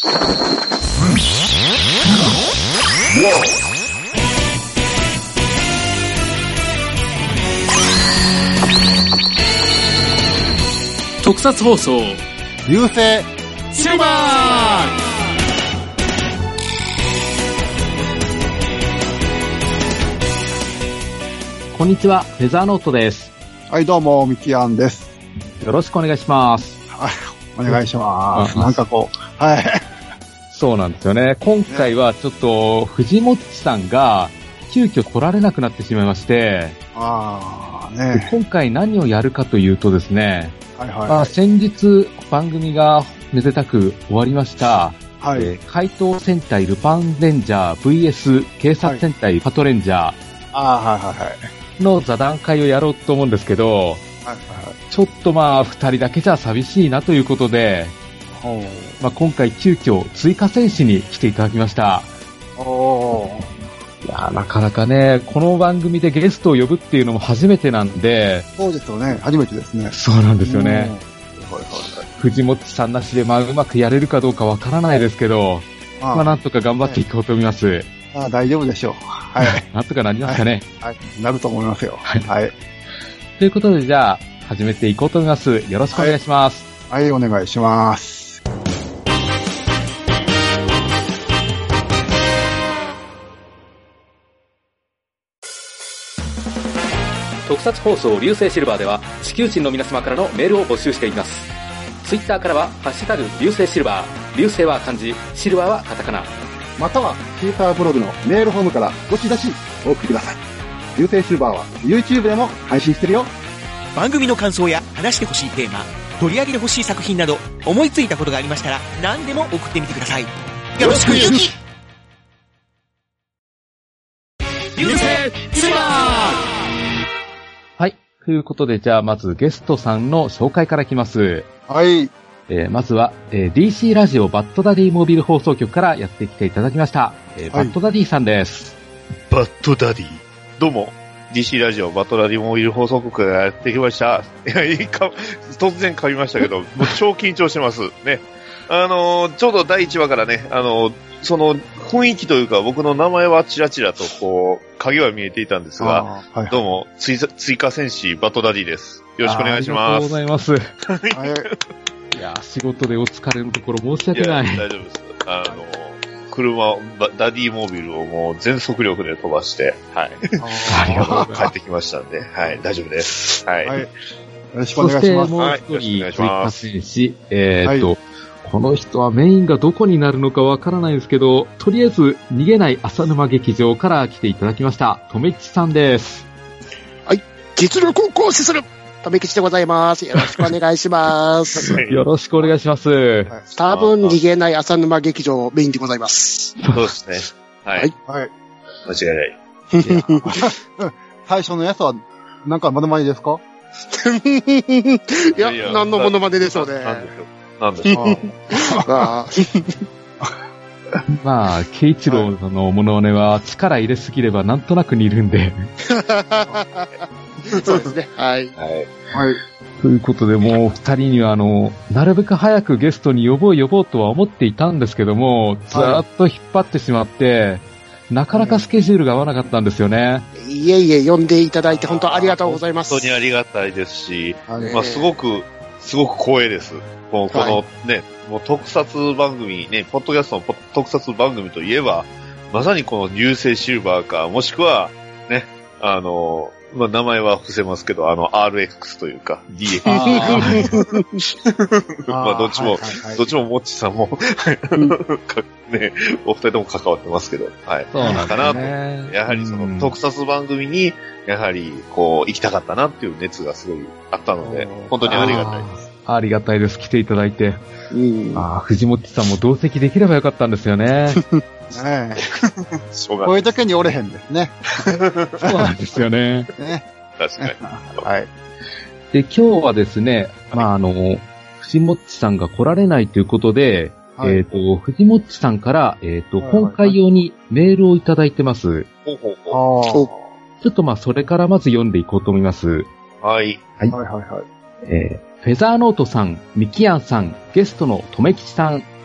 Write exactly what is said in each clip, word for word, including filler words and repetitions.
特撮放送流星シルバー。 こんにちは、フェザーノートです。 はい、どうも、ミキアンです。 よろしくお願いします。 はい、お願いします。なんかこう、はい。 そうなんですよね。今回はちょっと、藤本さんが、急遽来られなくなってしまいまして、 あーね。 今回何をやるかというとですね、 はいはい、 まあ、先日番組がめでたく終わりました、 はい、 えー、怪盗戦隊ルパンレンジャー ブイエス 警察戦隊パトレンジャー、 はい、あーはいはいはい。 の座談会をやろうと思うんですけど、はいはいはい、ちょっとまあ二人だけじゃ寂しいなということで、まあ、今回急遽追加戦士に来ていただきました。 おいやなかなかね、この番組でゲストを呼ぶっていうのも初めてなんで。 そうですよね、初めてですね。 そうなんですよね。はいはいはい、藤本さんなしでまあうまくやれるかどうかわからないですけど、ああまあなんとか頑張っていこうと思います。はい、 ああ大丈夫でしょう。はい。 なんとかなりますかね。 はい。はい、なると思いますよ。はい。はい、 ということでじゃあ、始めていこうと思います。よろしくお願いします。 はい、はい、お願いします。 特撮放送流星シルバーでは地球人の皆様からのメールを募集しています。ツイッターからはハッシュタグ流星シルバー、流星は漢字、シルバーはカタカナ、 またはシーサーブログのメールフォームからどしどしお送りください。流星シルバーは YouTube でも配信してるよ。 番組の感想や話してほしいテーマ、取り上げてほしい作品など思いついたことがありましたら何でも送ってみてください。よろしくゆき。 流星シルバー。 はい。ということで、じゃあ、まずゲストさんの紹介からいきます。 はい。 えー、まずは、えー、ディーシー ラジオバッドダディモービル放送局からやってきていただきました。えーはい、バッドダディさんです。 バッドダディ。どうも。ディーシー ラジオバッドダディモービル放送局からやってきました。いや、いいか、突然噛みましたけど、もう超緊張してます。ね。あのー、ちょうどだいいちわからね、あのー、その雰囲気というか僕の名前はちらちらとこう影は見えていたんですが、はいはい、どうも追追加戦士バッドダディです。よろしくお願いします。 ありがとうございます。はい、いや仕事でお疲れのところ申し訳ない。 いや大丈夫です。あの車ダディモービルをもう全速力で飛ばしてはいありがとうございます。帰ってきましたんではい大丈夫です。はい。はい、よろしくお願いします。 そしてもう一人追加戦士えー、っと。はいこの人はメインがどこになるのかわからないですけど、とりあえず逃げない浅沼劇場から来ていただきました。とめきちさんです。 はい、実力を行使するとめきちでございます。よろしくお願いします。 よろしくお願いします。 多分逃げない浅沼劇場メインでございます。 そうですね。はい。はい。間違いない。い最初のやつは、なんかモノマネですか？ いや、いや何のモノマネでしょうね。 なんでしょう。なんでしょう。 あまあ、慶一郎のモノマネは力入れすぎればなんとなく似るんで。 そうですね。はい。 はい。 はい。 ということで、もう二人にはあの、なるべく早くゲストに呼ぼう呼ぼうとは思っていたんですけども、ずーっと引っ張ってしまって、なかなかスケジュールが合わなかったんですよね。 いえいえ、呼んでいただいて本当ありがとうございます。 本当にありがたいですし、まあすごく、すごく光栄です。もうこのね、はい、もう特撮番組、ね、ポッドキャストの特撮番組といえば、まさにこの流星シルバーか、もしくは、ね、あの、まあ、名前は伏せますけど、あの、アールエックス というか、ディーエックス。あまあ、どっちも、はいはいはい、どっちももっちさんも、ね、お二人とも関わってますけど、はい。 そうなんですね。 かなと。やはりその、特撮番組に、やはり、こう、行きたかったなっていう熱がすごいあったので、本当にありがたいです。 ありがたいです。来ていただいて。 うん、 ああ、藤本さんも同席できればよかったんですよね。 ねえ。こういう時に折れへんですね。 そうなんですよね。 ね確かに。 はい。 で、今日はですね、まあ、あの、藤本さんが来られないということで、はい、えっ、ー、と、藤本さんから、えっ、ー、と、今回用にメールをいただいてます。 ほうほうほう。 ちょっとまあ、それからまず読んでいこうと思います。 はい。 はい。はいはいはい。 えー、フェザーノートさん、ミキアンさん、ゲストのとめきちさん、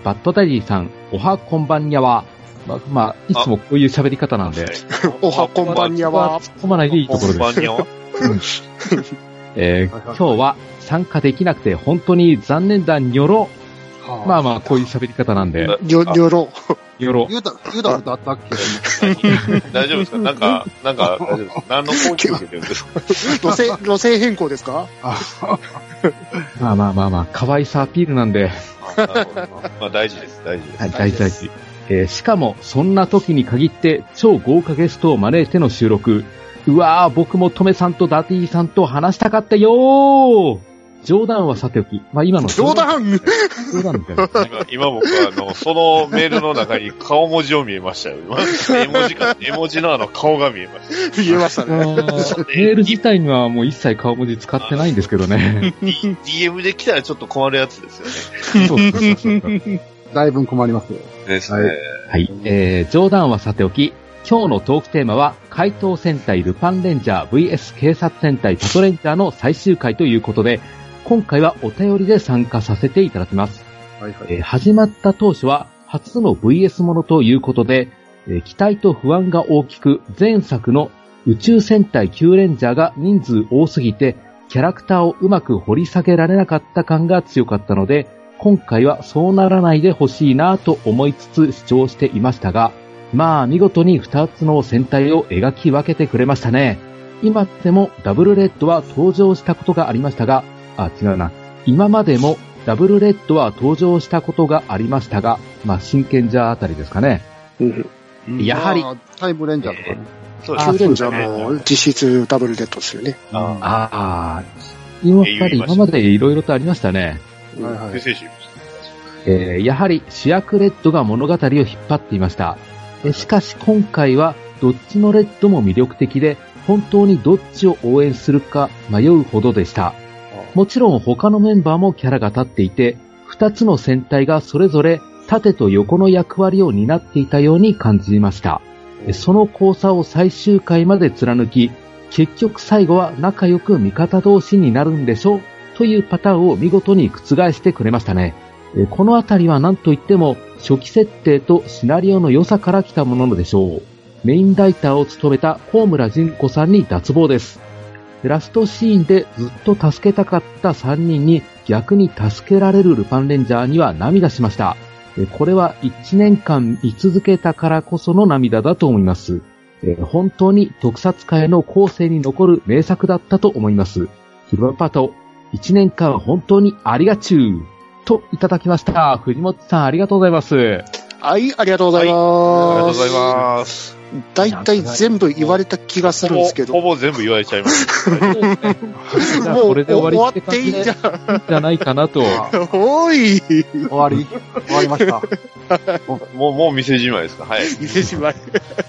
バッドダディさん、おはこんばんにゃは、まあ、まあ、いつもこういう喋り方なんで。 おはこんばんにゃは。 突っ込まないでいいところです。 こんばんにゃは。 えー、今日は参加できなくて本当に残念だ、にょろ。まあまあ、こういう喋り方なんで。 にょ、にょろ。 にょろ。 言うた、言うたことあったっけ大丈夫ですか？なんか、なんか、大丈夫ですか？何の攻撃受けてるんですか？ 路線、路線変更ですか？ まあまあまあまあ、可愛さアピールなんで。 あ、なるほど。まあ大事です、大事です。 はい、大事大事。えー、しかも、そんな時に限って超豪華ゲストを招いての収録。うわぁ、僕もトメさんとダティさんと話したかったよー。冗談はさておき。まあ今の冗談冗談みたいな。 今、今僕はあの、そのメールの中に顔文字を見えましたよ。今絵文字か、絵文字のあの顔が見えました。 見えましたね。 メール自体にはもう一切顔文字使ってないんですけどね。 ディーエム で来たらちょっと困るやつですよね。 そうそうそうそう。 だいぶ困りますよ。 ですね。 はい。えー、冗談はさておき、今日のトークテーマは、怪盗戦隊ルパンレンジャー ブイエス 警察戦隊パトレンジャーの最終回ということで、今回はお便りで参加させていただきます。 はいはい。 えー、始まった当初は初の ブイエス ものということで、えー、期待と不安が大きく、前作の宇宙戦隊キューレンジャーが人数多すぎて、キャラクターをうまく掘り下げられなかった感が強かったので、今回はそうならないでほしいなと思いつつ主張していましたが、まあ見事に二つの戦隊を描き分けてくれましたね。今でもダブルレッドは登場したことがありましたが、あ、違うな。今までもダブルレッドは登場したことがありましたが、まあ真剣じゃあたりですかね。やはり、 まあタイムレンジャーとかね。 そうキューレンジャーも実質ダブルレッドですよね。 あああ、やっぱり今までいろいろとありましたね。 はいはい救世主。 えー、やはり主役レッドが物語を引っ張っていました。えしかし今回はどっちのレッドも魅力的で、本当にどっちを応援するか迷うほどでした。もちろん他のメンバーもキャラが立っていて、二つの戦隊がそれぞれ縦と横の役割を担っていたように感じました。その交差を最終回まで貫き、結局最後は仲良く味方同士になるんでしょうというパターンを見事に覆してくれましたね。このあたりは何といっても初期設定とシナリオの良さから来たものでしょう。メインライターを務めた高村純子さんに脱帽です。ラストシーンでずっと助けたかったさんにんに逆に助けられるルパンレンジャーには涙しました。これはいちねんかん見続けたからこその涙だと思います。本当に特撮界の後世に残る名作だったと思います。ヒロパト、いちねんかん本当にありがちゅうといただきました。藤本さんありがとうございます。 はい、ありがとうございます。 ありがとうございます。 だいたい全部言われた気がするんですけど。 ほぼ、ほぼ全部言われちゃいました。 じゃあこれで終わりって感じでいいんじゃないかなと。 おい終わり終わりました。 もう、もう店じまいですか？はい。 店じまい。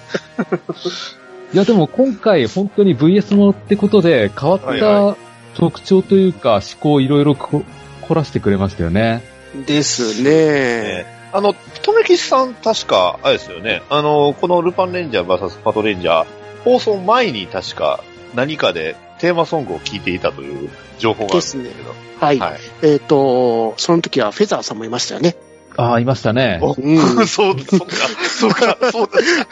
いやでも今回本当に ブイエス ものってことで変わった特徴というか思考をいろいろ凝らしてくれましたよね。 ですね。 あの、とめきちさん確か、あれですよね。あの、このルパンレンジャー ブイエス パトレンジャー、放送前に確か何かでテーマソングを聴いていたという情報があるんですけど。 ですね。はい。はい、えっ、ー、と、その時はフェザーさんもいましたよね。 ああ、いましたね。 うん、そう、そうか、そうか、そうでした。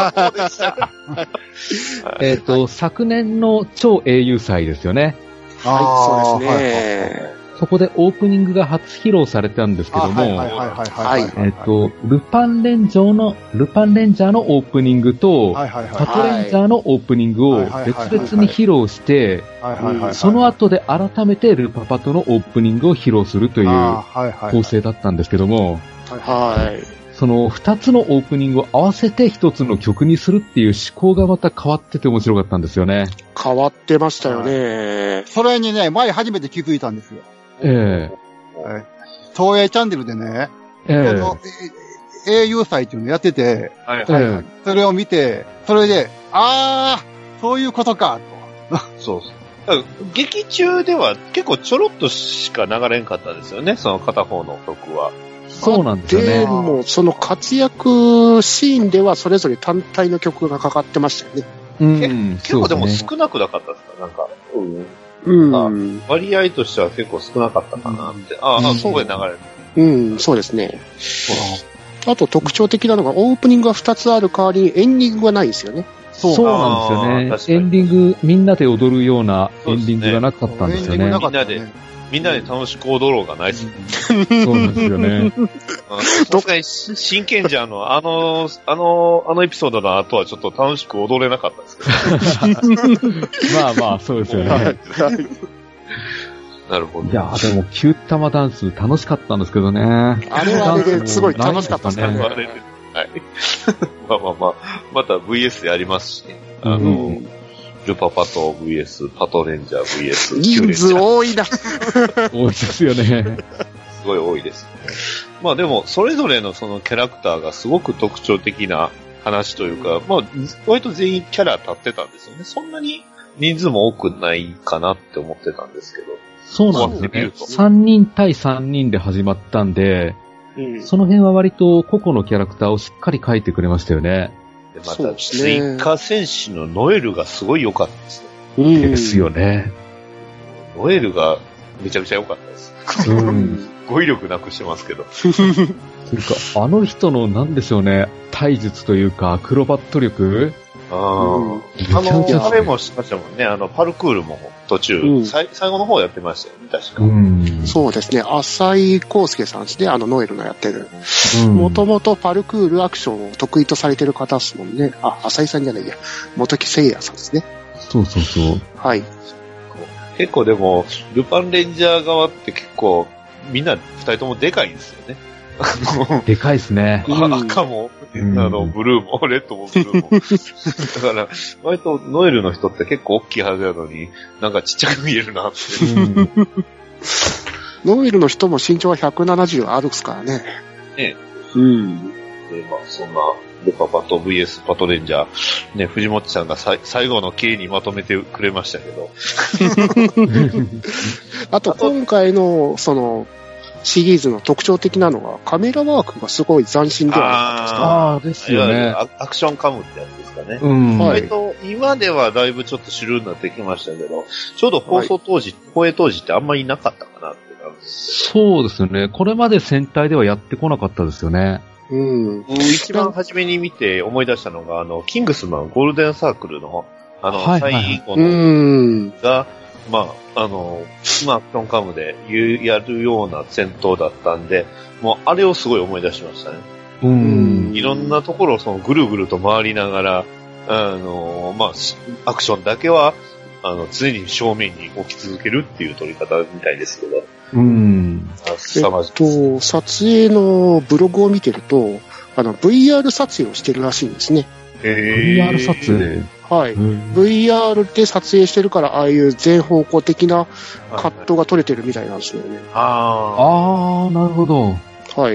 そうでした。 えっと、昨年の超英雄祭ですよね。 はい、そうですね。はい、 そこでオープニングが初披露されたんですけども、えっと、ルパンレンジャーの、ルパンレンジャーのオープニングと、パトレンジャーのオープニングを別々に披露して、その後で改めてルパパトのオープニングを披露するという構成だったんですけども、その二つのオープニングを合わせて一つの曲にするっていう思考がまた変わってて面白かったんですよね。 変わってましたよね。 それにね、前初めて気づいたんですよ。 ええー。東映チャンネルでね、 ええー、 の英雄祭っていうのやってて、 はいはいはい、 それを見て、それで、あー、そういうことか、と。 そうそう。劇中では結構ちょろっとしか流れんかったですよね、その片方の曲は。 そうなんですよね。 でも、その活躍シーンではそれぞれ単体の曲がかかってましたよね。 うん、 結構でも少なくなかったですか、なんか。 うん。 割合としては結構少なかったかなって。うん、ああ、そこで流れる。 うん、そうですね。あと特徴的なのが、オープニングがふたつある代わりにエンディングがないんですよね。 そうなんですよね。エンディング、みんなで踊るようなエンディングがなかったんですよね。 みんなで、みんなで楽しく踊ろうがないです。 そうなんですよね。 さすがに真剣じゃんの、あの、あの、あのエピソードの後はちょっと楽しく踊れなかったですけど。 まあまあ、そうですよね。 なるほど。 いや、でも、キュー玉ダンス楽しかったんですけどね。 あれはあれですごい楽しかったですね。 はい。まあまあまあ、また ブイエス やりますしね。あの、うん、ルパパト ブイエス、パトレンジャー ブイエス、 人数多いな。 多いですよね。 すごい多いですね。まあでも、それぞれのそのキャラクターがすごく特徴的な話というか、まあ、割と全員キャラ立ってたんですよね。そんなに人数も多くないかなって思ってたんですけど。 そうなんですね。さんにん対さんにんで始まったんで、うん、その辺は割と個々のキャラクターをしっかり描いてくれましたよね。 でまた、追加戦士のノエルがすごい良かったですね。 うん、ですよね。 ノエルがめちゃくちゃ良かったです。うん、語彙力なくしてますけど。 というか、あの人のなんでしょうね、体術というか、アクロバット力ああ、うん、あの、あれもしましたもんね、あの、パルクールも途中、うん、最後の方やってましたよね、確か。うん、 そうですね、浅井康介さんですね、あの、ノエルのやってる。もともとパルクールアクションを得意とされてる方ですもんね。あ、浅井さんじゃないや、元木誠也さんですね。 そうそうそう。 はい。 結構でも、ルパンレンジャー側って結構、みんな二人ともでかいんですよね。 でかいですね。 赤も、あの、ブルーも、レッドもブルーも。だから、割とノエルの人って結構大きいはずなのに、なんかちっちゃく見えるなって。うん、 ノエルの人も身長はひゃくななじゅうあるっすからね。 ねうん。 で、まあ、そんな、ルパパと ブイエス パトレンジャー、ね、藤本さんがさ最後の経にまとめてくれましたけど。 あと、今回の、その、シリーズの特徴的なのが、カメラワークがすごい斬新ではなかったですか。 ああ、ですよね。 アクションカムってやつですかね。うん。はい。と、今ではだいぶちょっと主流になってきましたけど、ちょうど放送当時、はい、放映当時ってあんまりなかったかなって感じです。 そうですよね。これまで戦隊ではやってこなかったですよね。 うん。 一番初めに見て思い出したのが、あの、キングスマンゴールデンサークルの、あの、はいはいはい、最後の、が、まあ、あの、まあ、アクションカムでやるような戦闘だったんで、もうあれをすごい思い出しましたね。 うん。 いろんなところをそのぐるぐると回りながら、あの、まあ、アクションだけは、あの、常に正面に置き続けるっていう撮り方みたいですけど。 うん。 えっと、撮影のブログを見てると、あの、ブイアール 撮影をしてるらしいんですね。 へー。ブイアール 撮影はい。ブイアール で撮影してるから、ああいう全方向的なカットが撮れてるみたいなんですよね。 ああ。ああ、なるほど。 はい。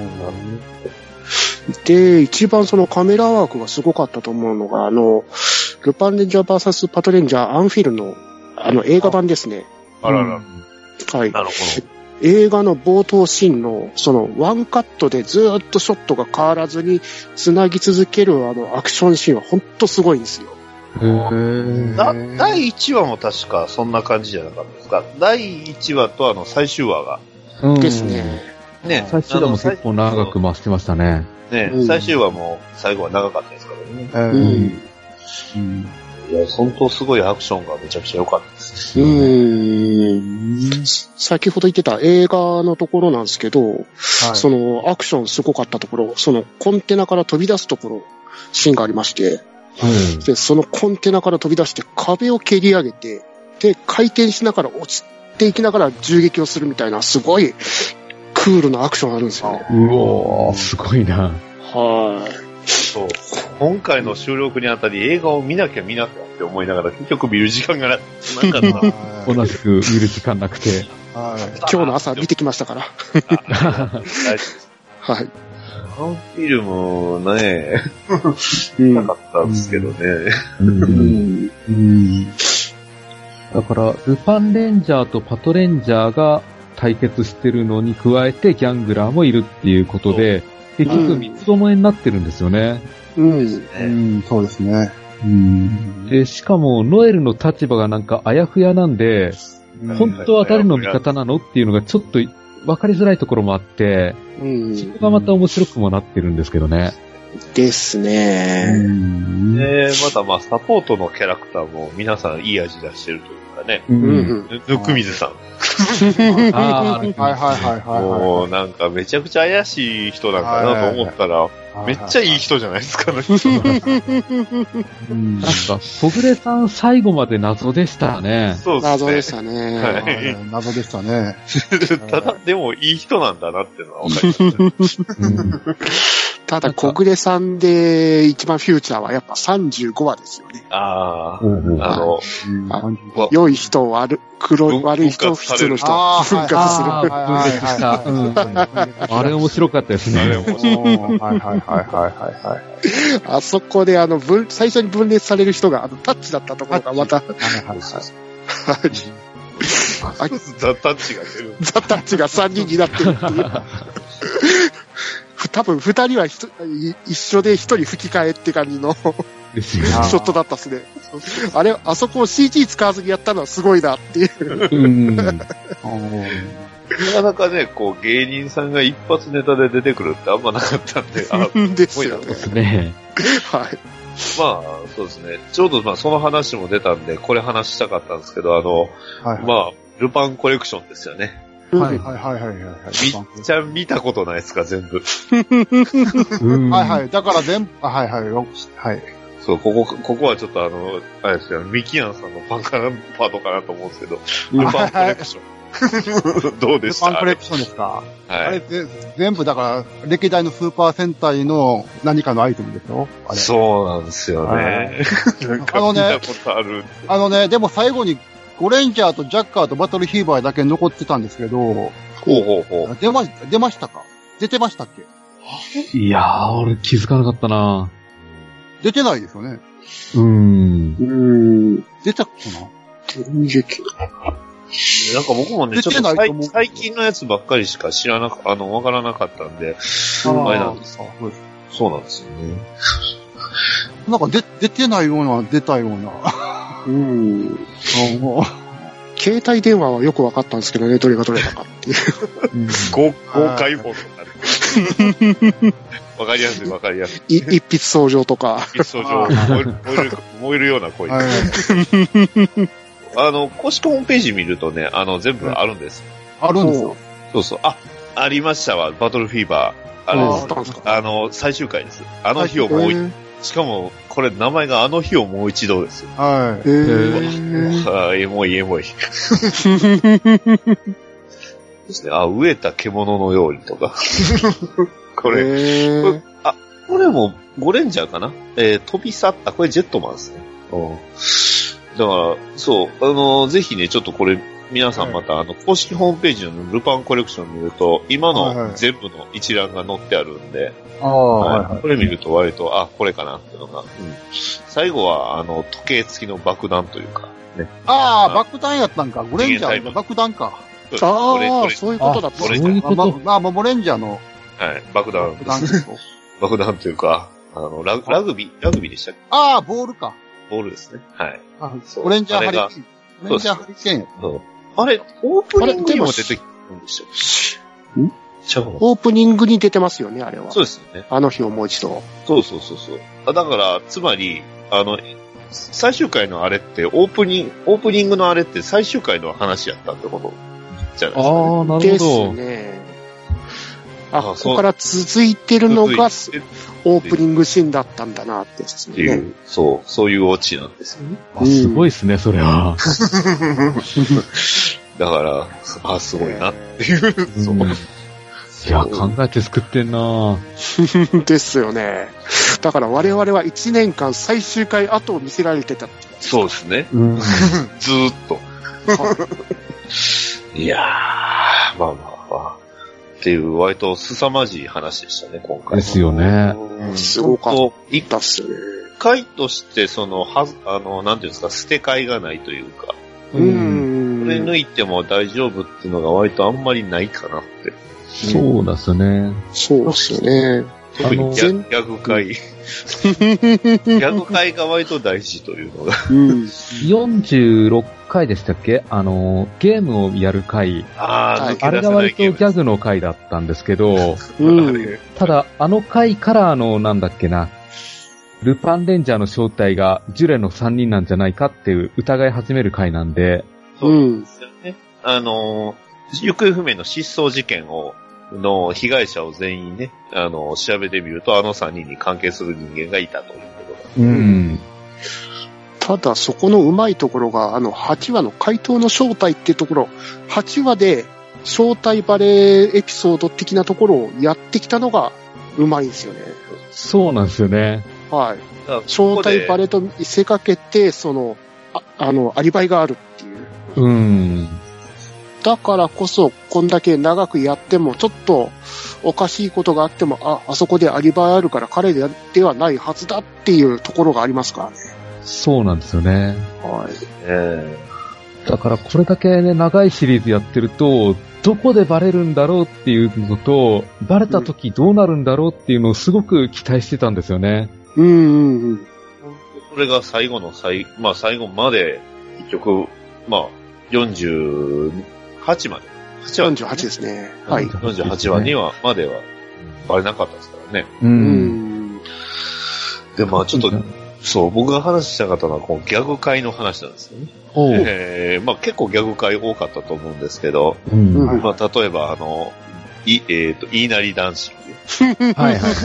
で、一番そのカメラワークがすごかったと思うのが、あの、ルパンレンジャー ブイエス パトレンジャーアンフィルの、あの、映画版ですね。 あらら。 はい。 なるほど。 映画の冒頭シーンの、その、ワンカットでずーっとショットが変わらずに繋ぎ続けるあの、アクションシーンはほんとすごいんですよ。 へー。 だいいちわも確かそんな感じじゃなかったですか。だいいちわとあの、最終話が。 ですね。 ね。最終話も結構長く回してましたね。 ね、うん、最終話も最後は長かったですからね。うん。うんいや、本当すごいアクションがめちゃくちゃ良かったです。 うーん。先ほど言ってた映画のところなんですけど、はい、そのアクションすごかったところ、そのコンテナから飛び出すところ、シーンがありまして、うん、で、そのコンテナから飛び出して壁を蹴り上げて、で、回転しながら落ちていきながら銃撃をするみたいな、すごいクールなアクションあるんですよね。 うおー、すごいな。 はい。 そう。今回の収録にあたり映画を見なきゃ見なきゃって思いながら結局見る時間がなかった。 同じく見る時間なくて。 はい。今日の朝見てきましたから。はい。 あのフィルムね、なかったんですけどね。うんうんうん、だから、ルパンレンジャーとパトレンジャーが対決してるのに加えてギャングラーもいるっていうことで、結局三つどもえになってるんですよね。 うん。うん、そうですね。 うん。で、しかも、ノエルの立場がなんかあやふやなんで、本当は誰の味方なのっていうのがちょっと分かりづらいところもあって、うん、そこがまた面白くもなってるんですけどね。 ですね。 うん、で、またまあ、サポートのキャラクターも皆さんいい味出してるというかね。うん。ぬくみずさん。 あはいはいはいはい。 もうなんかめちゃくちゃ怪しい人なんかなと思ったら、めっちゃいい人じゃないですか、ね。 うん、なんか、小暮さん最後まで謎でしたね。 そうですね。 謎でしたね。 はい。謎でしたね。 ただ、でもいい人なんだなっていうのはわかりました、ね。うんただ、小暮さんで一番フューチャーはやっぱさんじゅうごわですよね。 ああ、うん、あの、 あ良い人、悪、黒、悪い人、普通の人、分割する。分裂した。 あれ面白かったですね。あれ面白い。はいはいはいはいはい。 あそこであの、分、最初に分裂される人があの、タッチだったところがまた、はいはいはい。 ザ・タッチが出る。 ザ・タッチがさんにんになってるっていう。多分二人は一緒で一人吹き替えって感じのショットだったっすね。あれ、あそこを シージー 使わずにやったのはすごいなっていう。うんなかなかね、こう芸人さんが一発ネタで出てくるってあんまなかったんで、あですよね。はい。 まあ、そうですね。ちょうどまあその話も出たんで、これ話したかったんですけど、あの、はいはい、まあ、ルパンコレクションですよね。 はいはいはいはいはい。めっちゃ見たことないですか、全部。 はいはい。だから全部、はいはい。はい。 そう、ここ、ここはちょっとあの、あれですよ、ミキアンさんのパンかな、パートかなと思うんですけど、ルパンコレクション。どうでしたルパンコレクションですか。 はい。 あれぜ全部だから、歴代のスーパー戦隊の何かのアイテムでしょあれ。 そうなんですよね。あのね、 あのね、でも最後に、ゴレンジャーとジャッカーとバトルヒーバーだけ残ってたんですけど、ほうほうほう。 出ま、出ましたか出てましたっけいやー、俺気づかなかったな出てないですよね。 うーん。 うーん。 出たかな電撃。 なんか僕もね、ちょっと最近のやつばっかりしか知らなか、あの、わからなかったんで、あれなんですか。そうなんですよね。 なんか出、出てないような、出たような。 うん。携帯電話はよく分かったんですけどね、どれがどれだかっていう。 豪快本とかね。わかりやすいわかりやすい。 い一筆相乗とか。 一筆相乗。燃える、燃えるような声。あの、公式ホームページ見るとね、あの、全部あるんです。 あるんですよ。 そうそう。あ、ありましたわ。バトルフィーバー。あれです。あの、最終回です。あの日をもう一、しかも、これ名前があの日をもう一度ですよ。 はい。 えー、 ああ、エモいエモい。ですね。あ、飢えた獣のようにとか。これ、これ、あ、これもゴレンジャーかなえー、飛び去った、これジェットマンですね。だから、そう、あの、ぜひね、ちょっとこれ、皆さんまた、はい、あの、公式ホームページのルパンコレクション見ると、今の全部の一覧が載ってあるんで、 あはいはいはい、 これ見ると割と、あ、これかなっていうのが、うん、最後は、あの、時計付きの爆弾というか、ね。 ああ、爆弾やったんか。ゴレンジャーの爆弾か。 ああ、そういうことだった。 そういうこと。 まあ、まあ、ゴレンジャーの。 はい、爆弾。爆弾爆弾というか、あの、ラグ、ラグビーラグビーでしたっけああ、ボールか。 ボールですね。はい。 あゴレンジャーハリケーン。ゴレンジャーハリケーン。 そう。あれ、オープニングにも出てきたんでしょんオープニングに出てますよね、あれは。 そうですよね。 あの日をもう一度。 そうそうそうそう。あだから、つまり、あの、最終回のあれって、オープニング、オープニングのあれって最終回の話やったってことじゃないですか、ね。 ああ、なるほど。 ですね。あ、ここから続いてるのが、オープニングシーンだったんだなってですね。っていう、 そう、そういうオチなんですよね。 あ、すごいですね、それは。 だから、あ、すごいなっていう。うん、そう。 いや、考えて作ってんなですよね。だから我々はいちねんかん最終回後を見せられてたって。 そうですね。うん、ずーっと。いやー、まあまあまあ。っていう割と凄まじい話でしたね、今回。 ですよね。 すごかったっすよね。 回として、その、はず、あの、なんていうんですか、捨て替えがないというか。 うん。 これ抜いても大丈夫っていうのが割とあんまりないかなって。 そうですね。 そうですよね。 特にギャギャグ会。ギャグ会が割と大事というのが。 うん。 よんじゅうろっかいでしたっけ？あの、ゲームをやる回。 ああ、 あれが割とギャグの回だったんですけど、 うん、 ただ、あの回からあの、なんだっけな、ルパンレンジャーの正体がジュレのさんにんなんじゃないかっていう疑い始める回なんで、 そうですよね。あの、行方不明の失踪事件を、の被害者を全員ね、あの、調べてみると、あのさんにんに関係する人間がいたということだ。 うん。 ただ、そこのうまいところが、あの、はちわの怪盗の正体っていうところ、はちわで正体バレーエピソード的なところをやってきたのがうまいんですよね。 そうなんですよね。 はい。正体バレと見せかけて、その、あ、あの、アリバイがあるっていう。 うん。 だからこそ、こんだけ長くやっても、ちょっとおかしいことがあっても、あ、あそこでアリバイあるから彼ではないはずだっていうところがありますからね。 そうなんですよね。 はい。 えー、だからこれだけね、長いシリーズやってると、どこでバレるんだろうっていうのと、バレた時どうなるんだろうっていうのをすごく期待してたんですよね。 うんうんうん。 それが最後の最、まあ最後まで、結局、まあ、よんじゅうはちまで。 よんじゅうはちですね。はい。 よんじゅうはちわには、までは、バレなかったですからね。 うん。 で、まあちょっと、そう、僕が話したかったのは、このギャグ界の話なんですよね。えー、まあ結構ギャグ界多かったと思うんですけど、 うん、 まあ例えば、あの、い、えっ、ー、と、言いなりダンシング。 はいはいはい。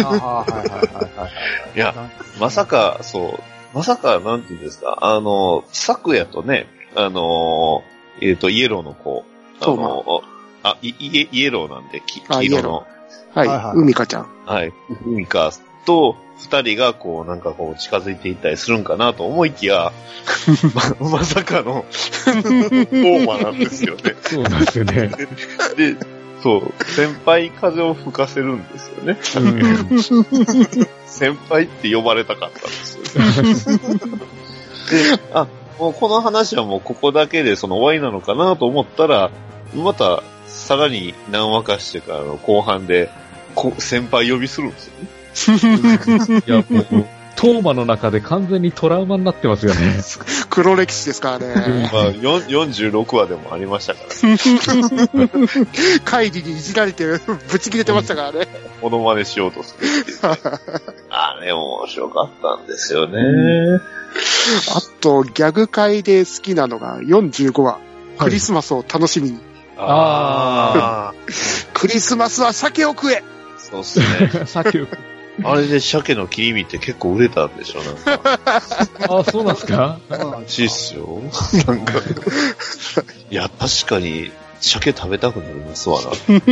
いや、まさか、そう、まさか、なんていうんですか、あの、昨夜とね、あの、えっ、ー、と、イエローの子、あの、あ、イイエローなんで、黄色の。 はい、はいはい、海香ちゃん。 はい、海香と二人が、こう、なんかこう、近づいていったりするんかなと思いきや、ま、まさかの、フォーマなんですよね。 そうなんですよね。 で、そう、先輩風を吹かせるんですよね。 うん、 先輩って呼ばれたかったんですよね。で、あ、もうこの話はもうここだけでその終わりなのかなと思ったら、またさらに何話かしてからの後半で、こ先輩呼びするんですよね。 いや、もう、トーマの中で完全にトラウマになってますよね。 黒歴史ですからね。 まあ、よんじゅうろくわでもありましたからね。 会議にいじられて、ぶち切れてましたからね。 モノマネしようとするっていう、ね。あれ面白かったんですよね。 あと、ギャグ界で好きなのがよんじゅうごわ。クリスマスを楽しみに。 ああ。 クリスマスは鮭を食え。 そうっすね。 鮭を食え。 あれで鮭の切り身って結構売れたんでしょ、なんか。 あ、そうなんですか？ らしいっすよ。なんか。いや、確かに、鮭食べたくなりますわな。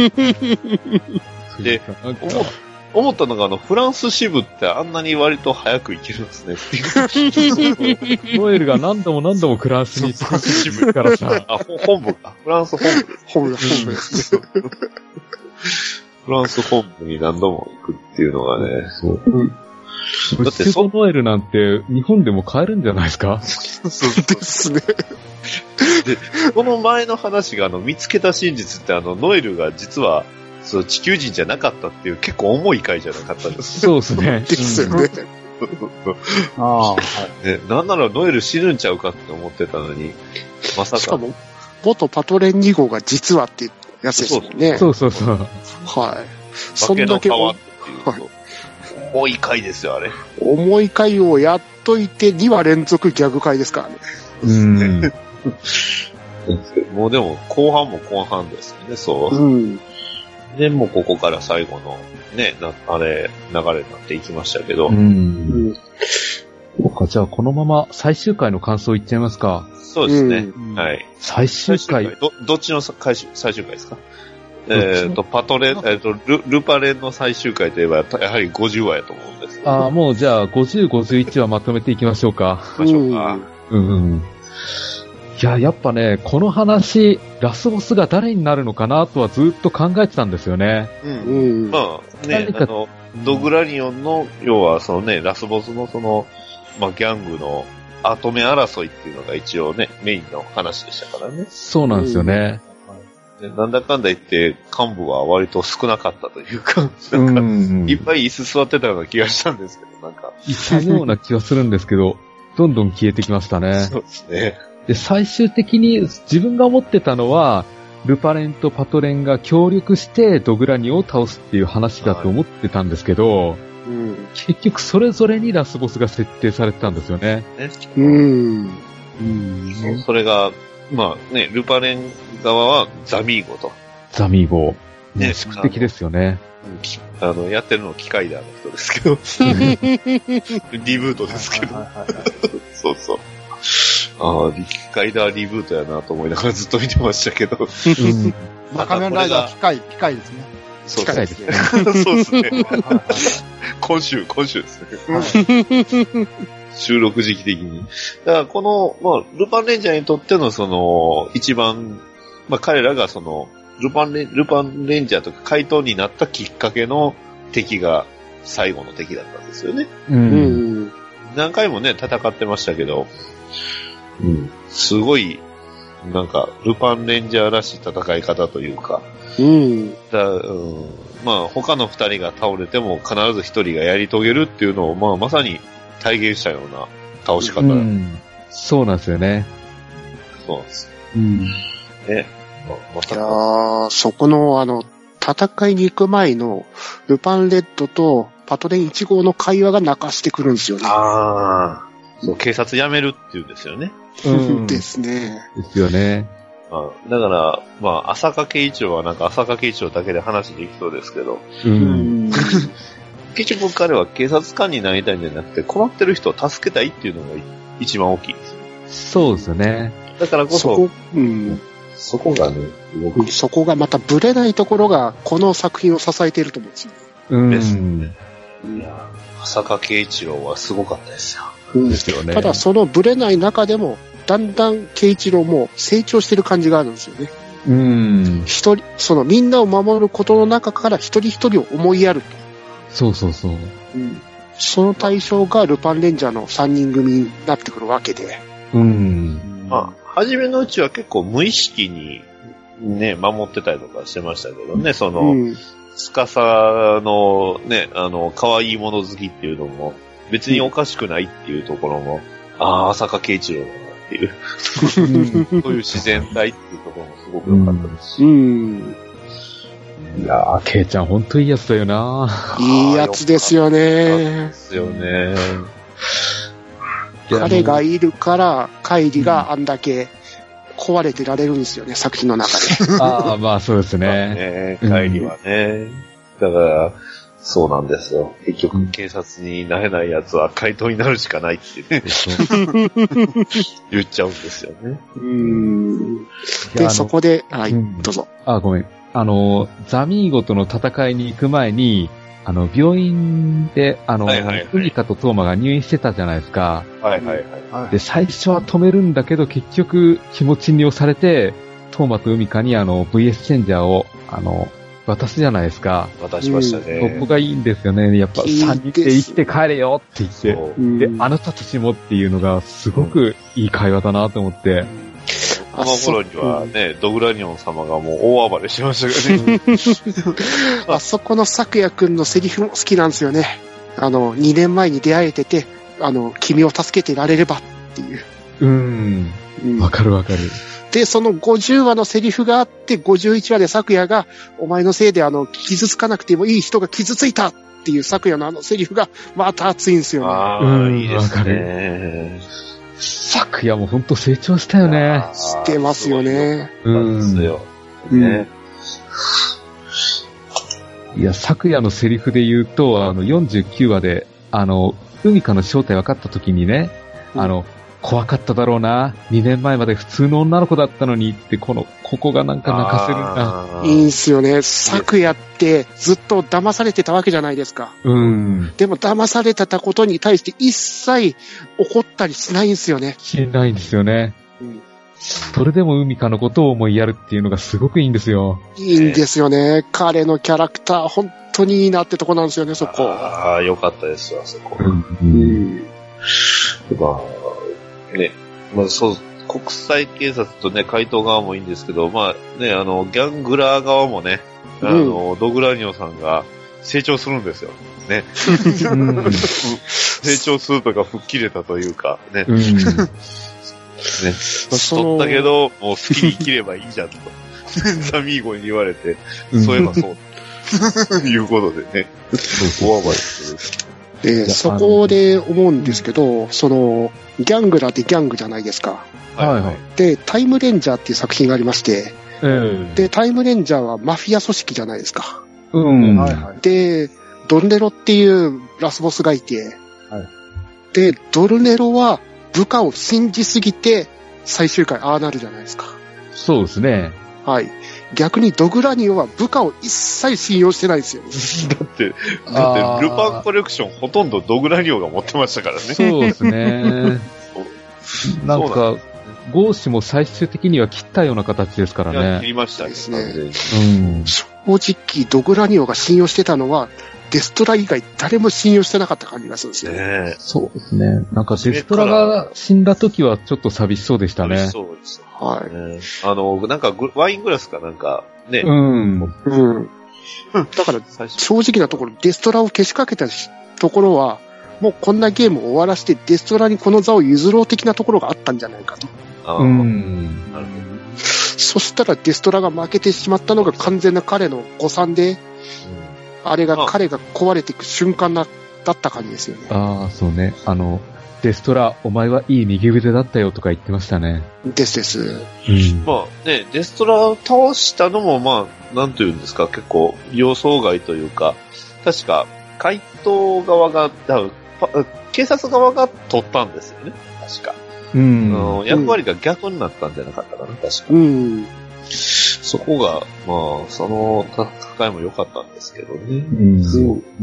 で、思思ったのが、あの、フランス支部ってあんなに割と早く行けるんですねっていう。 ノエルが何度も何度もフランスにフランス支部からさ。 あ、本部か。フランス本部。 本部、本部ですね。 フランス本部に何度も行くっていうのがね。そう。うん、 だってそ、ノエルなんて日本でも買えるんじゃないですか？ そうですね。 で、この前の話が、あの、見つけた真実って、あの、ノエルが実は、そう、地球人じゃなかったっていう結構重い回じゃなかったんですそうですね。 ですよね。 ああ、はい。 ね、なんならノエル死ぬんちゃうかって思ってたのに、まさか。 しかも、元パトレンに号が実はってやつですもんね。 そうそうそう。 はい。 そんだけ重い回ですよ、あれ。 重い回をやっといてにわ連続ギャグ回ですからね。 うん。 もうでも、後半も後半ですよね、そう。 うん。 で、もうここから最後の、ね、な、あれ、流れになっていきましたけど。 うん。うん、そうか、じゃあこのまま最終回の感想いっちゃいますか。 そうですね。うん、はい。 最終回。 ど、どっちの最終最終回ですか？えっ、ー、と、パトレン、えっ、ー、とル、ルパレンの最終回といえば、やはりごじゅうわやと思うんですけど。 ああ、もうじゃあごじゅう、ごじゅういちわまとめていきましょうか。 ましょうか。 うん、うん。いや、やっぱね、この話、ラスボスが誰になるのかなとはずっと考えてたんですよね。 うん。うん、まあ、ね、あの、ドグラリオンの、要はそのね、ラスボスのその、まあ、ギャングの後目争いっていうのが一応ね、メインの話でしたからね。 そうなんですよね。 なんだかんだ言って幹部は割と少なかったというか、なんか、いっぱい椅子座ってたような気がしたんですけど、なんか。 いたような気はするんですけど、どんどん消えてきましたね。 そうですね。 で、最終的に自分が思ってたのは、ルパレンとパトレンが協力してドグラニを倒すっていう話だと思ってたんですけど、はい、うん、結局それぞれにラスボスが設定されてたんですよね。ねうん。 うん、そ, それが、まあね、ルパレン側はザミーゴと。 ザミーゴ。ね、宿敵ですよね。 あの、やってるの機械だの人ですけど。リブートですけど。そうそう。ああ、機械だリブートやなと思いながらずっと見てましたけど。うん、 まあ、仮面ライダー機械、機械ですね。 そうですね。そうですね。今週、今週ですね。はい収録時期的に。だからこの、まあ、ルパンレンジャーにとってのその、一番、まあ彼らがその、ルパンレン、ルパンレンジャーとか怪盗になったきっかけの敵が最後の敵だったんですよね。うん。何回もね、戦ってましたけど、うん。すごい、なんか、ルパンレンジャーらしい戦い方というか、うん。だうん、まあ、他の二人が倒れても必ず一人がやり遂げるっていうのを、まあ、まさに、体現したような倒し方、うん、 そうなんですよね。 そうなんですよ。うん。ね。 ま、またいやー、そこのあの、戦いに行く前の、ルパンレッドとパトレンいち号の会話が泣かしてくるんですよね。 ああ。そう、警察辞めるっていうんですよね。 うん。ですね。 ですよね。 あだから、まあ、浅香圭一郎はなんか浅香圭一郎だけで話できそうですけど。うん。結局彼は警察官になりたいんじゃなくて、困ってる人を助けたいっていうのが一番大きいです。 そうですよね。 だからこそ、そこ、うん、そこがね、 動く。そこがまたブレないところが、この作品を支えていると思うんですよ。 うん。ですね。いや、浅香圭一郎はすごかったですよ。 うん。ですよね。ただそのブレない中でも、だんだん圭一郎も成長してる感じがあるんですよね。うん。一人、そのみんなを守ることの中から一人一人を思いやると。 そうそうそう。 うん。その対象がルパンレンジャーのさんにん組になってくるわけで。 うん。まあ、初めのうちは結構無意識にね、守ってたりとかしてましたけどね、その、うん、司のね、あの、可愛いもの好きっていうのも、別におかしくないっていうところも、うん、ああ、浅香圭一郎だなっていう、そういう自然体っていうところもすごく良かったですし。うんうんいやー、ケイちゃんほんといいやつだよな。 いいやつですよね。 ですよね。 彼がいるから、カイリがあんだけ壊れてられるんですよね、作品の中で。 ああ、まあそうですね。 ねカイリはね。だから、そうなんですよ。結局、警察になれないやつは怪盗になるしかないってね。言っちゃうんですよね。うーんで、そこで、はい、うん、どうぞ。 あ、ごめん。あの、ザミーゴとの戦いに行く前に、あの、病院で、あの、はいはいはい、ウニカとトーマが入院してたじゃないですか。 はいはいはい。 で、最初は止めるんだけど、結局、気持ちに押されて、トーマとウミカにあの、ブイエス チェンジャーを、あの、渡すじゃないですか。 渡しましたね。 うん、そこがいいんですよね。やっぱ、さんにんで生きて帰れよって言って。で、あなたたちもっていうのが、すごくいい会話だなと思って。うんこの頃にはね、ドグラニオン様がもう大暴れしましたけどね。 あそこの咲夜くんのセリフも好きなんですよね。あの、にねんまえに出会えてて、あの、君を助けてられればっていう。 うーん。わ、うん、かるわかる。 で、そのごじゅうわのセリフがあって、ごじゅういちわで咲夜が、お前のせいであの、傷つかなくてもいい人が傷ついたっていう咲夜のあのセリフが、また熱いんですよね。 ああ、いいですね。 昨夜もほんと成長したよね。 してますよね。 うん。よね、 うん。いや、昨夜のセリフで言うと、あの、よんじゅうきゅうわで、あの、海香の正体分かった時にね、うん、あの、怖かっただろうな。にねんまえまで普通の女の子だったのにって、この、ここがなんか泣かせるんだ。いいんすよね。昨夜ってずっと騙されてたわけじゃないですか。 うん。 でも騙されてたことに対して一切怒ったりしないんすよね。 しないんですよね。うん。それでも海香のことを思いやるっていうのがすごくいいんですよ。 いいんですよね。彼のキャラクター、本当にいいなってとこなんですよね、そこ。 ああ、よかったですわ、そこ。うん。うん。まあ、ね、まあ、そう、 国際警察とね、怪盗側もいいんですけど、まあね、あの、ギャングラー側もね、あの、うん、ドグラニオさんが成長するんですよ。ね。うん、成長するとか吹っ切れたというか、ね。うん、ね。取ったけど、もう好きに生きればいいじゃんと。ザミーゴに言われて、そういえばそう。いうことでね。大暴れする。で、そこで思うんですけど、その、ギャングラーってギャングじゃないですか。 はいはい。 で、タイムレンジャーっていう作品がありまして、 うん、 で、タイムレンジャーはマフィア組織じゃないですか。 うん。 はいはい、で、ドルネロっていうラスボスがいて、 はい、 で、ドルネロは部下を信じすぎて、最終回ああなるじゃないですか。 そうですね。 はい。逆にドグラニオは部下を一切信用してないですよ。 だって、だって、ルパンコレクションほとんどドグラニオが持ってましたからね。 そうですね。なんか、ゴーシも最終的には切ったような形ですからね。 切りましたですね。 うん、 正直、ドグラニオが信用してたのは、デストラ以外誰も信用してなかった感じがするんですよね。 そうですね。なんかデストラが死んだ時はちょっと寂しそうでしたね。 寂しそうです。 はい。 ね、あの、なんかワイングラスかなんかね。 うん。 うん。だから、正直なところ、デストラをけしかけたところは、もうこんなゲームを終わらせてデストラにこの座を譲ろう的なところがあったんじゃないかと。 あうん。 なるほど。 そしたらデストラが負けてしまったのが完全な彼の誤算で、あれが彼が壊れていく瞬間だった感じですよね。 ああ、そうね。あの、デストラ、お前はいい右腕だったよとか言ってましたね。 ですです。 うん、 まあね、デストラを倒したのもまあ、なんというんですか、結構予想外というか、確か、怪盗側が、警察側が取ったんですよね。確か。 うん。 役割が逆になったんじゃなかったかな、確か。 うん。 そこが、まあ、その戦いも良かったんですけどね。 うん。 そう。うん。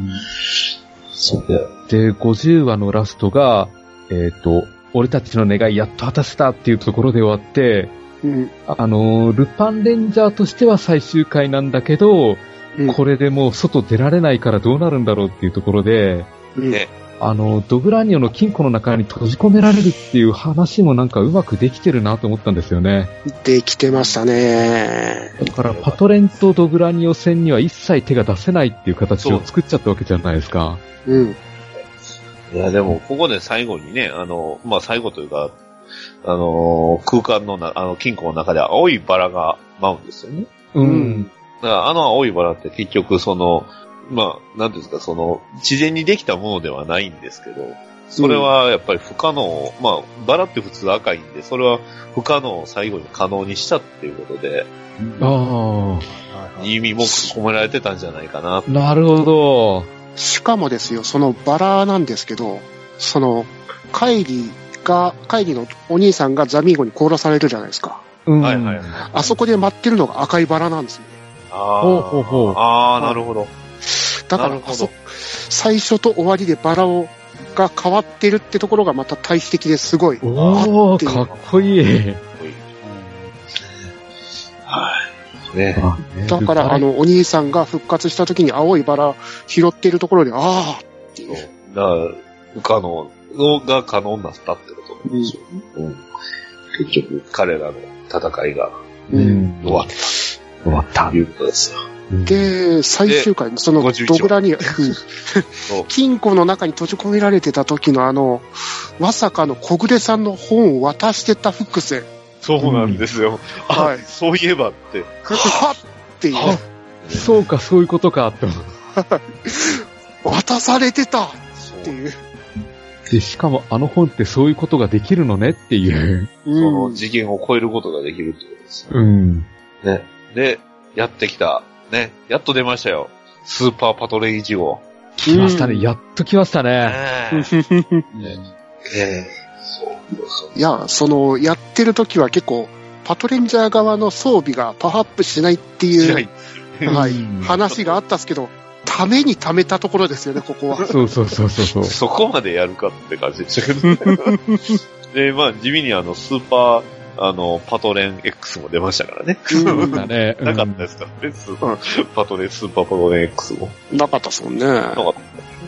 そうで、ごじゅうわのラストが、えっと、俺たちの願いやっと果たしたっていうところで終わって、 うん、 あの、ルパンレンジャーとしては最終回なんだけど、うん、これでもう外出られないからどうなるんだろうっていうところで、 ね、 あの、ドグラニオの金庫の中に閉じ込められるっていう話もなんかうまくできてるなと思ったんですよね。 できてましたね。 だからパトレンとドグラニオ戦には一切手が出せないっていう形を作っちゃったわけじゃないですか。 うん。 いや、でも、ここで最後にね、あの、まあ、最後というか、あの、空間のな、あの、金庫の中で青いバラが舞うんですよね。 うん。 だから、あの青いバラって結局、その、まあ、なんていうんですか、その、自然にできたものではないんですけど、それはやっぱり不可能、うん、まあ、バラって普通赤いんで、それは不可能を最後に可能にしたっていうことで、 ああ。意味も込められてたんじゃないかな。 なるほど。 しかもですよ、そのバラなんですけど、その、カイリが、カイリのお兄さんがザミーゴに殺されるじゃないですか。 うん。 はいはい。 あそこで待ってるのが赤いバラなんですね。 ああ。 ほうほうほう。 ああ、なるほど。 だからあそ、最初と終わりでバラを、が変わってるってところがまた対比的ですごい。 おー、かっこいい。 はい。ね。 だから、あの、お兄さんが復活した時に青いバラ拾っているところで、ああっていう。 だから、不可能が可能になったってことなんですよ、うん。うん。結局、彼らの戦いが、 うん、 終わった。 終わった。 ということですよ。 で、最終回、そのドグラに、金庫の中に閉じ込められてた時のあの、まさかの小暮さんの本を渡してたフックス。 そうなんですよ。うん、はい。そういえばって。 はっっていう。 そうか、そういうことか、と。 渡されてたっていう。 で、しかもあの本ってそういうことができるのねっていう。 その次元を超えることができるってことですよ。 うん。 ね。で、やってきた。ね。やっと出ましたよ。スーパーパトレイいち号。 来ましたね。やっと来ましたね。 ねねいや、その、やってる時は結構、パトレンジャー側の装備がパワーアップしないっていう、はい、話があったんですけど、ためにためたところですよね、ここは。 そうそうそうそう。 そこまでやるかって感じでしたけど、ね。で、まあ、地味にあの、スーパー、あの、パトレン X も出ましたからね。 うん、だね。 なかったですからね、スーパー、パトレン、スーパーパトレン X も。 なかったっすもんね。なかった。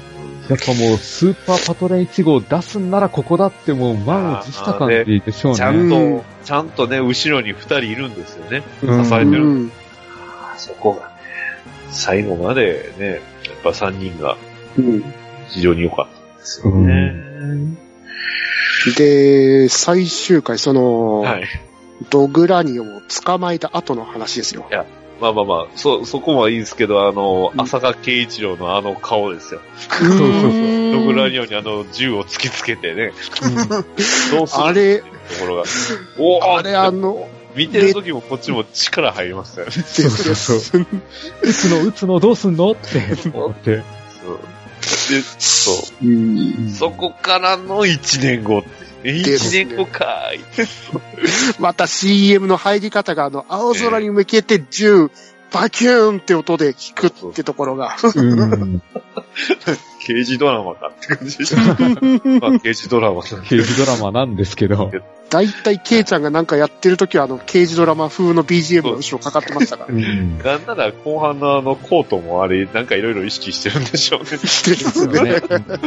やっぱもう、スーパーパトレインいち号出すんならここだってもう満を持した感じでしょうね。 ちゃんと、ちゃんとね、後ろに二人いるんですよね。支えてる。うん、そこがね、最後までね、やっぱ三人が、非常に良かったですよね。うん、 で、最終回、その、 はい、 ドグラニオを捕まえた後の話ですよ。 いや、まあまあまあ、そ、そこはいいですけど、あの、うん、浅香圭一郎のあの顔ですよ。そうそうそう。ドグラニオにあの銃を突きつけてね。うん、どうするあれ、 ところが。おあれあの、 見てる時もこっちも力入りましたよね。 そうそうそう。撃つの撃つのどうすんのって思って。 そうで、そう。うん、そこからの一年後。一年後かーい。 また シーエム の入り方があの、青空に向けて銃、バキューンって音で聞くってところが。うん刑事ドラマかって感じでした。まあ、刑事ドラマなん刑事ドラマなんですけど。 だいたいケイちゃんがなんかやってるときはあの、刑事ドラマ風の ビージーエム の後ろかかってましたから。うん、 なんなら後半のあのコートもあれ、なんかいろいろ意識してるんでしょうね。ですね。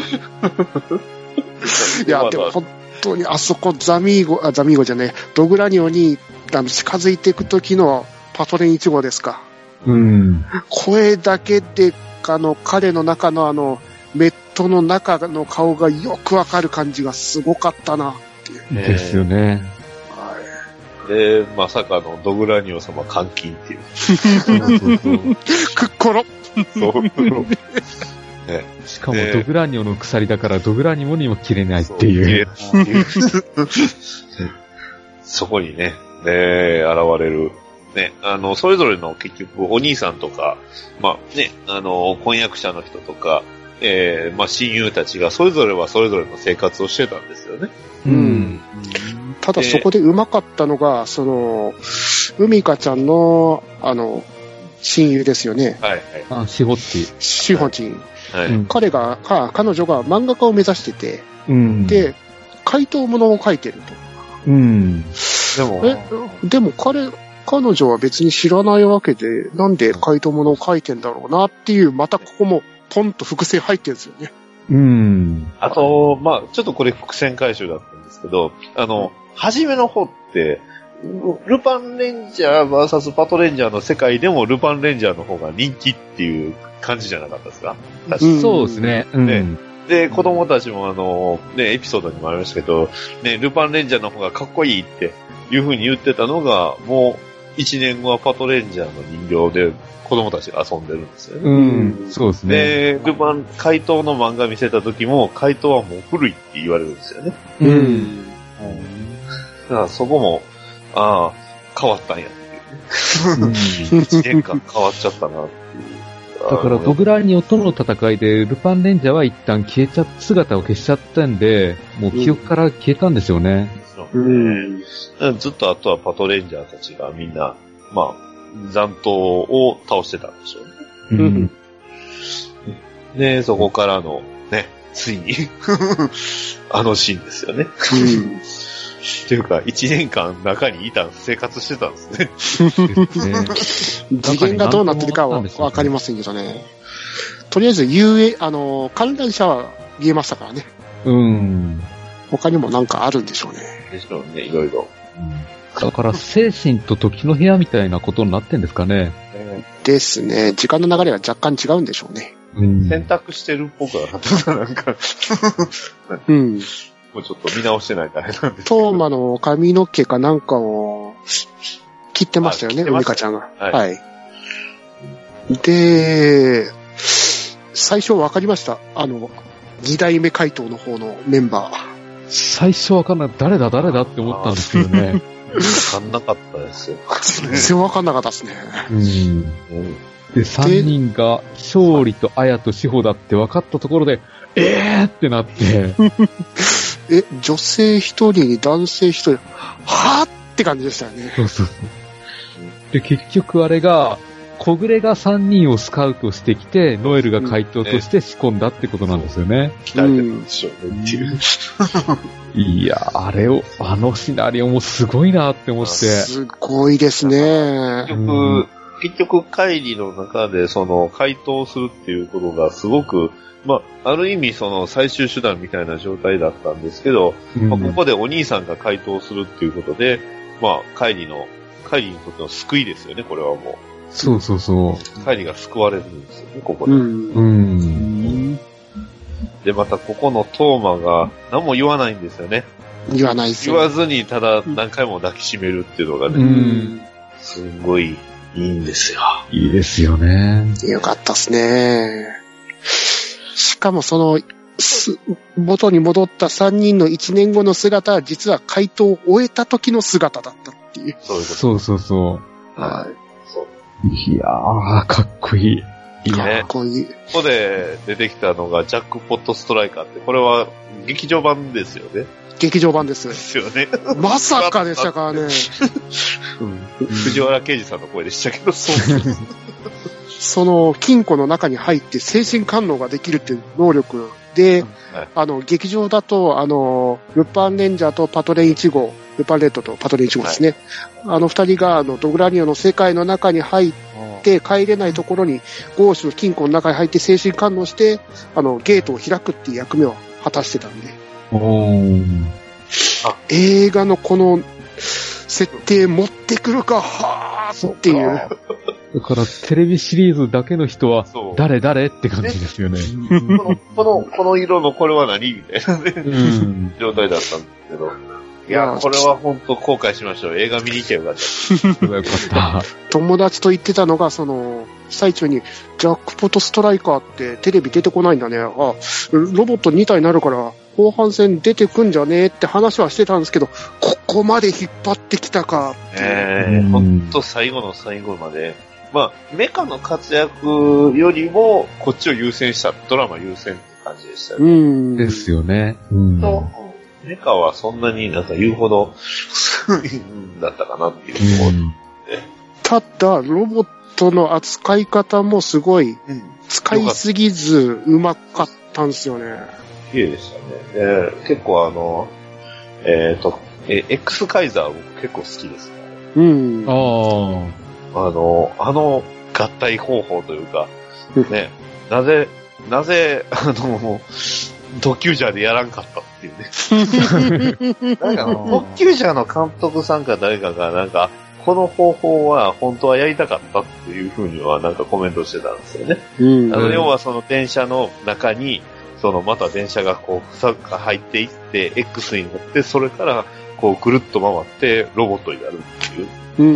いや、でも本当にあそこザミーゴ、あ、ザミーゴじゃねえ、ドグラニオにあの近づいていくときのパトレインいち号ですか。 うん。 声だけで、あの、彼の中のあの、メットの中の顔がよくわかる感じがすごかったなっていう。 ね、ですよね。 はい。で、まさかのドグラニオ様監禁っていう。そうそうそうくっころ。 そう。 ね、しかもドグラニオの鎖だからドグラニオにも切れないっていう。 そこにね、ね、現れる。ね、あの、それぞれの結局、お兄さんとか、まあね、あの、婚約者の人とか、えー、まあ親友たちがそれぞれはそれぞれの生活をしてたんですよね。 うん。うん、ただそこでうまかったのが、その、海香ちゃんの、あの、親友ですよね。 はいはい。 あ、しほっち。 しほちん。 はい。 彼が、か、彼女が漫画家を目指してて、 うん、 で、怪盗物を描いてると。 うん。 でも、 え、でも彼、彼女は別に知らないわけで、なんで怪盗物を描いてんだろうなっていう、またここもポンと伏線入ってるんですよね。 うん。 あと、まあちょっとこれ伏線回収だったんですけど、あの、初めの方って、ルパンレンジャー ブイエス パトレンジャーの世界でもルパンレンジャーの方が人気っていう感じじゃなかったですか？ うん、そうですね。うん、 ね。で、子供たちもあの、ね、エピソードにもありましたけど、ね、ルパンレンジャーの方がかっこいいっていう風に言ってたのが、もう一年後はパトレンジャーの人形で子供たちが遊んでるんですよね。 うん、そうですね。 で、ルパン、怪盗の漫画見せた時も、怪盗はもう古いって言われるんですよね。 うん。うん、 だからそこも、ああ、変わったんやっていうね。うん、一年間変わっちゃったなっていう。 だから、ドグラニオとの戦いで、ルパンレンジャーは一旦消えちゃ、姿を消しちゃったんで、もう記憶から消えたんですよね。 うん。うん、ずっとあとはパトレンジャーたちがみんな、まあ、残党を倒してたんでしょうね。うん。で、そこからの、ね、ついに、あのシーンですよね。うん。っていうか、一年間中にいた、生活してたんですね。 次元がどうなってるかはわかりませんけどね。とりあえず、遊泳、あの、観覧車は見えましたからね。 うん。 他にもなんかあるんでしょうね。 でしょうね、いろいろ。 だから、精神と時の部屋みたいなことになってんですかね。 ですね。時間の流れが若干違うんでしょうね。 うん、選択してるっぽくはなったなんか、 うん。 もうちょっと見直してないからなんですけど。 トーマの髪の毛かなんかを切ってましたよね、ウミカちゃんが。はい。はい。で、最初分かりました。あの、二代目怪盗の方のメンバー。 最初分かんない。誰だ誰だって思ったんですけどね。 分かんなかったですよ。 全然分かんなかったですね。 うん。で、三人が、勝利と綾と志保だって分かったところで、えーってなって。 え、女性一人に男性一人、はぁって感じでしたよね。 そうそうそう。で、結局あれが、小暮が三人をスカウトしてきて、ノエルが怪盗として仕込んだってことなんですよね。 鍛えてるんでしょうねっていう。 いや、あれを、あのシナリオもすごいなって思って。 すごいですね。 結局、 結局、会議の中で、その、回答するっていうことがすごく、まあ、ある意味、その、最終手段みたいな状態だったんですけど、うん、まあ、ここでお兄さんが回答するっていうことで、まあ、会議の、会議にとっての救いですよね、これはもう。 そうそうそう。 会議が救われるんですよね、ここで。うん。 うん、 で、また、ここのトーマが、何も言わないんですよね。 言わないですよ。 言わずに、ただ、何回も抱きしめるっていうのがね、うん、すごい、いいんですよ。 いいですよね。 よかったっすね。しかもその、元に戻ったさんにんのいちねんごの姿は実は回答を終えた時の姿だったっていう。 そういうこと。 そうそうそう。はい。そう。いやー、かっこいい。 いや、かっこいい。 ここで出てきたのがジャックポットストライカーって、これは劇場版ですよね。 劇場版です。 ですよね。 まさかでしたからね。 うん、藤原啓治さんの声でしたけど、そうその金庫の中に入って精神感応ができるっていう能力で、はい、あの、劇場だと、あの、ルパンレンジャーとパトレインいち号、ルパンレッドとパトレインいち号ですね。はい、あの二人が、あの、ドグラニオの世界の中に入って帰れないところに、ゴーシュの金庫の中に入って精神感応して、あの、ゲートを開くっていう役目を果たしてたんで。あ映画のこの設定持ってくるか、はーっていう。 だからテレビシリーズだけの人は誰誰って感じですよね。 この、この、この色のこれは何みたいなね、うん、状態だったんですけど。いや、これは本当後悔しましたよ。映画見に行けばよかった。よかった。 友達と言ってたのが、その、最中に、ジャックポットストライカーってテレビ出てこないんだね。あ、ロボットに体になるから、後半戦出てくんじゃねえって話はしてたんですけど、ここまで引っ張ってきたかって。 ええー、ほんと最後の最後まで。まあ、メカの活躍よりも、こっちを優先した、ドラマ優先って感じでしたよね。 うん。ですよね。うん。 メカはそんなになんか言うほど、だったかなっていうところ、ね。 ただ、ロボットの扱い方もすごい、使いすぎず、うまかったんですよね。 綺麗でしたね。で結構あの、えっ、ー、と、え、X カイザー僕結構好きですね。 うん。 ああ。あの、あの合体方法というか、ね、なぜ、なぜ、あの、特急ジャーでやらんかったっていうね。なんか、特急ジャーの監督さんか誰かが、なんか、この方法は本当はやりたかったっていうふうにはなんかコメントしてたんですよね。うん、あの要はその電車の中に、そのまた電車がこう、ふさが入っていって、X に乗って、それからこうぐるっと回ってロボットになるっていう。うん、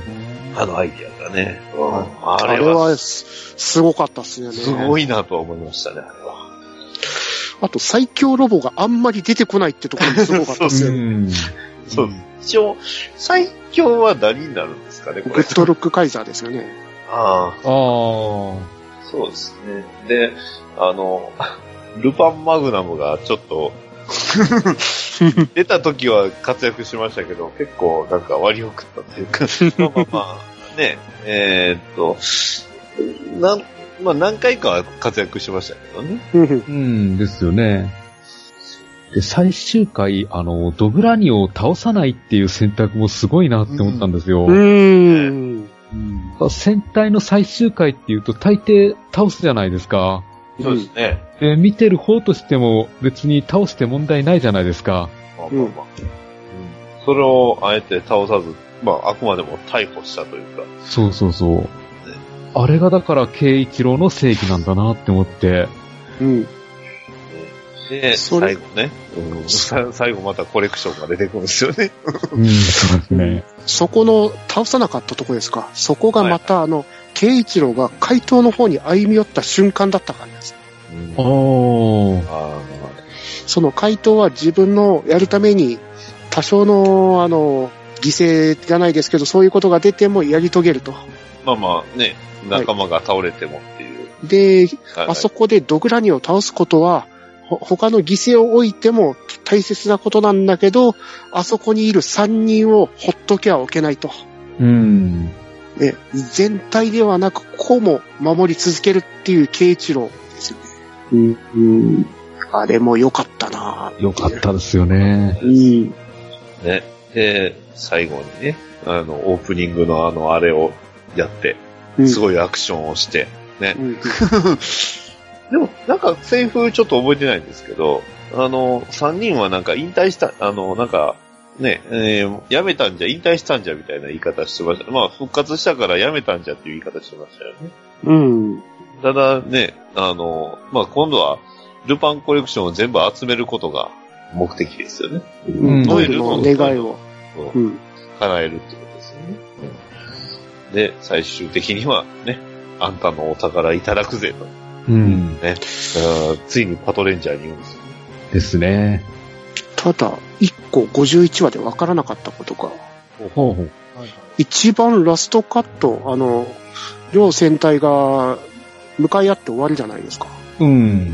あのアイディアがね。うん、あれは、 あれはす、すごかったっすよね。 すごいなとは思いましたね、あれは。 あと最強ロボがあんまり出てこないってところもすごかったっすよね。 そう。一応、最強は何になるんですかね、これ。 グッドロックカイザーですよね。 ああ。ああ。そうですね。で、あの、ルパンマグナムがちょっと、出た時は活躍しましたけど、結構なんか割り送ったっていうか、まあまあまあ、ね、えー、っと、なん、まあ何回かは活躍しましたけどね。 うん、ですよね。で、最終回、あの、ドグラニオを倒さないっていう選択もすごいなって思ったんですよ。 うん。 うん、戦隊の最終回っていうと大抵倒すじゃないですか。 そうですね。 で、見てる方としても別に倒して問題ないじゃないですか。 まあまあまあ。うん、それをあえて倒さず、まああくまでも逮捕したというか。 そうそうそう。ね、あれがだから慶一郎の正義なんだなって思って。 うん。 で、最後ね、うん、最後またコレクションが出てくるんですよね。 うん、そうですね。 そこの倒さなかったとこですか。そこがまた、はい、あの、慶一郎が怪盗の方に歩み寄った瞬間だったからです。 うん、おー。 その怪盗は自分のやるために多少の、あの、犠牲じゃないですけど、そういうことが出てもやり遂げると。 まあまあね、仲間が倒れてもっていう。 はい、で、はいはい、あそこでドグラニを倒すことは、他の犠牲を置いても大切なことなんだけど、あそこにいる三人をほっときゃおけないと。 うん。 ね、全体ではなく、ここも守り続けるっていう慶一郎ですよね。うん。うん、あれも良かったなぁ。良かったですよね。 うん。 ね。で、最後にね、あの、オープニングのあの、あれをやって、すごいアクションをして、ね。うん、でも、なんか、セリフちょっと覚えてないんですけど、あの、三人はなんか引退した、あの、なんか、ね、えー、辞めたんじゃ、引退したんじゃみたいな言い方してました。まあ、復活したから辞めたんじゃっていう言い方してましたよね。 うん。 ただね、あの、まあ、今度は、ルパンコレクションを全部集めることが目的ですよね。 うん。ノエルの願いを。 うん。叶えるってことですよね。うん、で、最終的にはね、あんたのお宝いただくぜと。 うん。 ね。ついにパトレンジャーに言うんですよね。 ですね。 ただ、いっこごじゅういちわでわからなかったことが、 ほうほう。 一番ラストカット、あの、両戦隊が向かい合って終わりじゃないですか。 うん。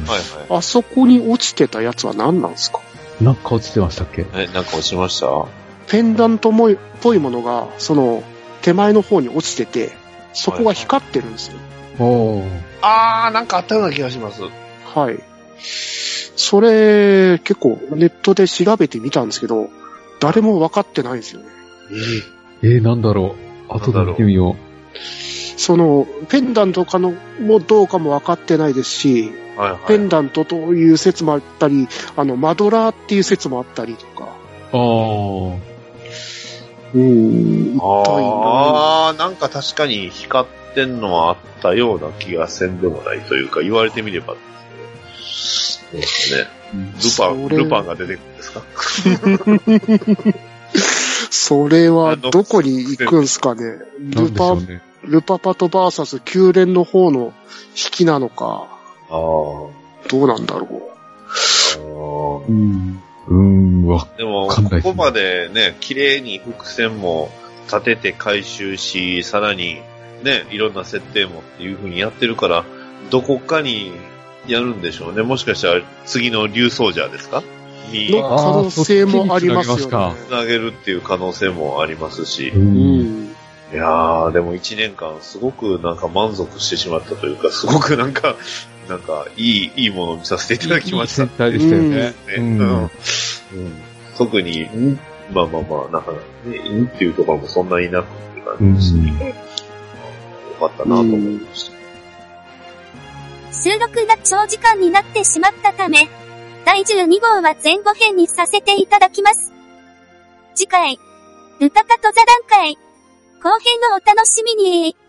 はいはい。 あそこに落ちてたやつは何なんですか？ なんか落ちてましたっけ？ え、なんか落ちました？ ペンダントっぽいものが、その、手前の方に落ちてて、そこが光ってるんですよ。 おー。 あー、なんかあったような気がします。 はい。それ、結構ネットで調べてみたんですけど、誰も分かってないんですよね。 えー、えー、なんだろう。後で見てみよう。 その、ペンダントかの、もどうかも分かってないですし、 はいはい、 ペンダントという説もあったり、あの、マドラーっていう説もあったりとか。 あー。 うーん、 ああ、なんか確かに光ってんのはあったような気がせんでもないというか、言われてみればそうですね。ルパン、ルパンが出てくるんですか？ それはどこに行くんすかね。ルパ、ね、ルパパトバーサスきゅう連の方の引きなのか。 ああ。 どうなんだろう。 うん。うーん、わでも、ここまでね、綺麗に伏線も立てて回収し、さらにね、いろんな設定もっていう風にやってるから、どこかにやるんでしょうね。もしかしたら次の竜ソージャーですかにの可能性もありますよね。 つなげるっていう可能性もありますし。 うん、 いやー、でも一年間すごくなんか満足してしまったというか、すごくなんか、なんかいい、いいものを見させていただきました。 いい戦隊でしたよね。 うんうんうん、特に、まあまあまあ、なんかね、いいっていうところもそんなになくって感じですね。うん、よかったなと思いました。 収録が長時間になってしまったため、だいじゅうに号は前後編にさせていただきます。次回、ルパパと座談会、後編のお楽しみに。